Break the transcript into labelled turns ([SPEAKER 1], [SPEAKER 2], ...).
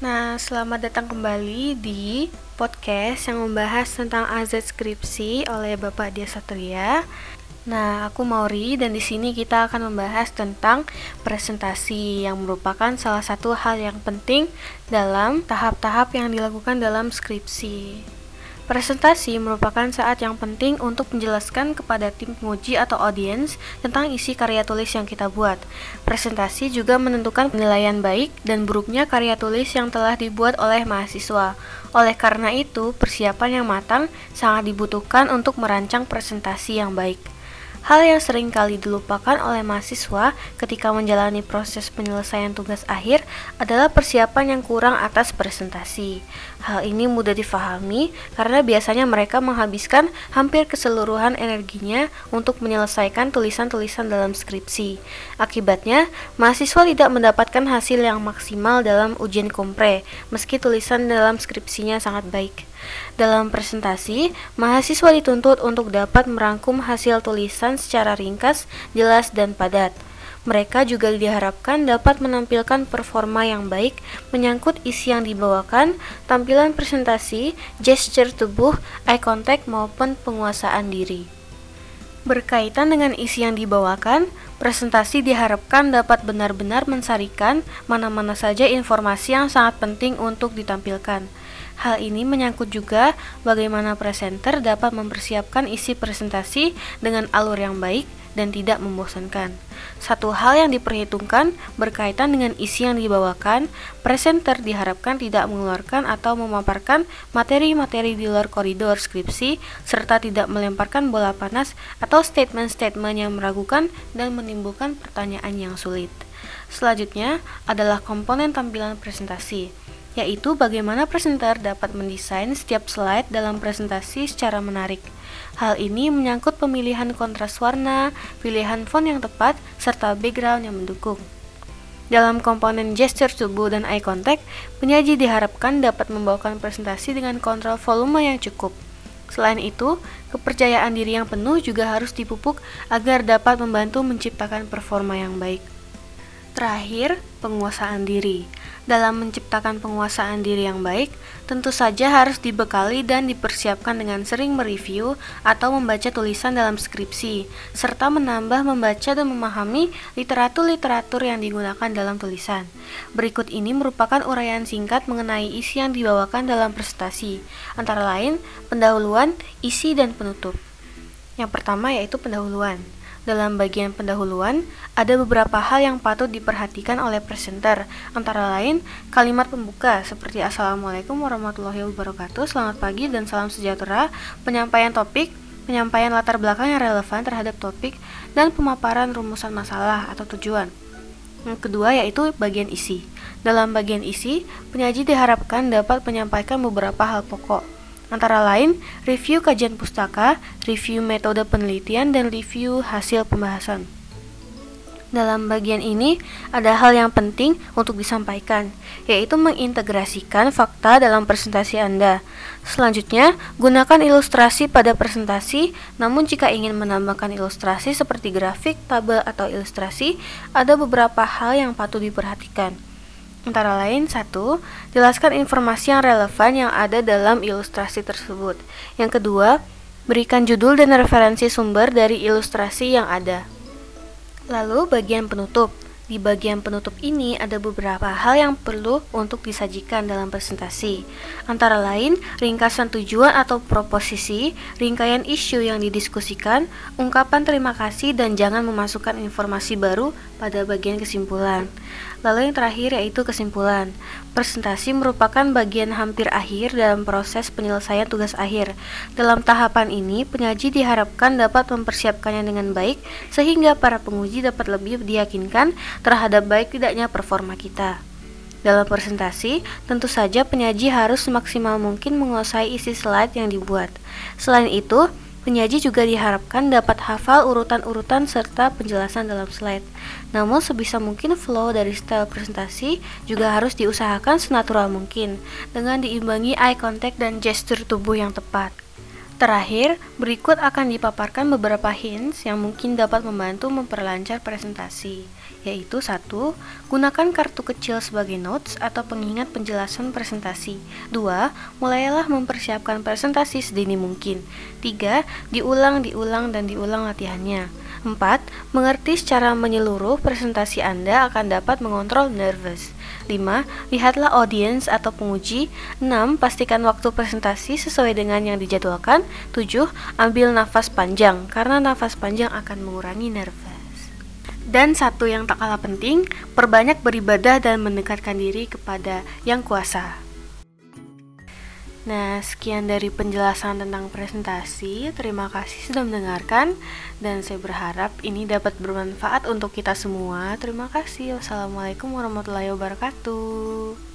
[SPEAKER 1] Nah, selamat datang kembali di podcast yang membahas tentang azas skripsi oleh Bapak Dia Satria. Nah, aku Mauri dan di sini kita akan membahas tentang presentasi yang merupakan salah satu hal yang penting dalam tahap-tahap yang dilakukan dalam skripsi. Presentasi merupakan saat yang penting untuk menjelaskan kepada tim penguji atau audiens tentang isi karya tulis yang kita buat. Presentasi juga menentukan penilaian baik dan buruknya karya tulis yang telah dibuat oleh mahasiswa. Oleh karena itu, persiapan yang matang sangat dibutuhkan untuk merancang presentasi yang baik. Hal yang sering kali dilupakan oleh mahasiswa ketika menjalani proses penyelesaian tugas akhir adalah persiapan yang kurang atas presentasi. Hal ini mudah difahami karena biasanya mereka menghabiskan hampir keseluruhan energinya untuk menyelesaikan tulisan-tulisan dalam skripsi. Akibatnya, mahasiswa tidak mendapatkan hasil yang maksimal dalam ujian kompre, meski tulisan dalam skripsinya sangat baik. Dalam presentasi, mahasiswa dituntut untuk dapat merangkum hasil tulisan secara ringkas, jelas, dan padat. Mereka juga diharapkan dapat menampilkan performa yang baik menyangkut isi yang dibawakan, tampilan presentasi, gesture tubuh, eye contact, maupun penguasaan diri. Berkaitan dengan isi yang dibawakan, presentasi diharapkan dapat benar-benar mensarikan mana-mana saja informasi yang sangat penting untuk ditampilkan. Hal ini menyangkut juga bagaimana presenter dapat mempersiapkan isi presentasi dengan alur yang baik dan tidak membosankan. Satu hal yang diperhitungkan berkaitan dengan isi yang dibawakan, presenter diharapkan tidak mengeluarkan atau memaparkan materi-materi di luar koridor skripsi, serta tidak melemparkan bola panas atau statement-statement yang meragukan dan menimbulkan pertanyaan yang sulit. Selanjutnya adalah komponen tampilan presentasi, yaitu bagaimana presenter dapat mendesain setiap slide dalam presentasi secara menarik. Hal ini menyangkut pemilihan kontras warna, pilihan font yang tepat, serta background yang mendukung. Dalam komponen gesture tubuh dan eye contact, penyaji diharapkan dapat membawakan presentasi dengan kontrol volume yang cukup. Selain itu, kepercayaan diri yang penuh juga harus dipupuk agar dapat membantu menciptakan performa yang baik. Terakhir, penguasaan diri. Dalam menciptakan penguasaan diri yang baik, tentu saja harus dibekali dan dipersiapkan dengan sering mereview atau membaca tulisan dalam skripsi, serta menambah membaca dan memahami literatur-literatur yang digunakan dalam tulisan. Berikut ini merupakan uraian singkat mengenai isi yang dibawakan dalam presentasi, antara lain pendahuluan, isi, dan penutup. Yang pertama yaitu pendahuluan. Dalam bagian pendahuluan, ada beberapa hal yang patut diperhatikan oleh presenter, antara lain kalimat pembuka seperti Assalamualaikum warahmatullahi wabarakatuh, selamat pagi dan salam sejahtera, penyampaian topik, penyampaian latar belakang yang relevan terhadap topik, dan pemaparan rumusan masalah atau tujuan. Yang kedua yaitu bagian isi. Dalam bagian isi, penyaji diharapkan dapat menyampaikan beberapa hal pokok, antara lain review kajian pustaka, review metode penelitian, dan review hasil pembahasan. Dalam bagian ini, ada hal yang penting untuk disampaikan, yaitu mengintegrasikan fakta dalam presentasi Anda. Selanjutnya, gunakan ilustrasi pada presentasi, namun jika ingin menambahkan ilustrasi seperti grafik, tabel, atau ilustrasi, ada beberapa hal yang patut diperhatikan. Antara lain, 1. Jelaskan informasi yang relevan yang ada dalam ilustrasi tersebut. Yang kedua, berikan judul dan referensi sumber dari ilustrasi yang ada. Lalu, bagian penutup. Di bagian penutup ini ada beberapa hal yang perlu untuk disajikan dalam presentasi. Antara lain, ringkasan tujuan atau proposisi, rangkaian isu yang didiskusikan, ungkapan terima kasih, dan jangan memasukkan informasi baru pada bagian kesimpulan. Lalu yang terakhir yaitu kesimpulan. Presentasi merupakan bagian hampir akhir dalam proses penyelesaian tugas akhir. Dalam tahapan ini, penyaji diharapkan dapat mempersiapkannya dengan baik sehingga para penguji dapat lebih diyakinkan terhadap baik tidaknya performa kita. Dalam presentasi, tentu saja penyaji harus semaksimal mungkin menguasai isi slide yang dibuat. Selain itu, penyaji juga diharapkan dapat hafal urutan-urutan serta penjelasan dalam slide. Namun sebisa mungkin flow dari style presentasi juga harus diusahakan senatural mungkin dengan diimbangi eye contact dan gestur tubuh yang tepat. Terakhir, berikut akan dipaparkan beberapa hints yang mungkin dapat membantu memperlancar presentasi, yaitu 1. Gunakan kartu kecil sebagai notes atau pengingat penjelasan presentasi. 2. Mulailah mempersiapkan presentasi sedini mungkin. 3. Diulang dan diulang latihannya. 4. Mengerti secara menyeluruh presentasi Anda akan dapat mengontrol nervous. 5. Lihatlah audiens atau penguji. 6. Pastikan waktu presentasi sesuai dengan yang dijadwalkan. 7. Ambil nafas panjang, karena nafas panjang akan mengurangi nervous. Dan satu yang tak kalah penting, perbanyak beribadah dan mendekatkan diri kepada Yang Kuasa. Nah, sekian dari penjelasan tentang presentasi. Terima kasih sudah mendengarkan, dan saya berharap ini dapat bermanfaat untuk kita semua. Terima kasih. Wassalamualaikum warahmatullahi wabarakatuh.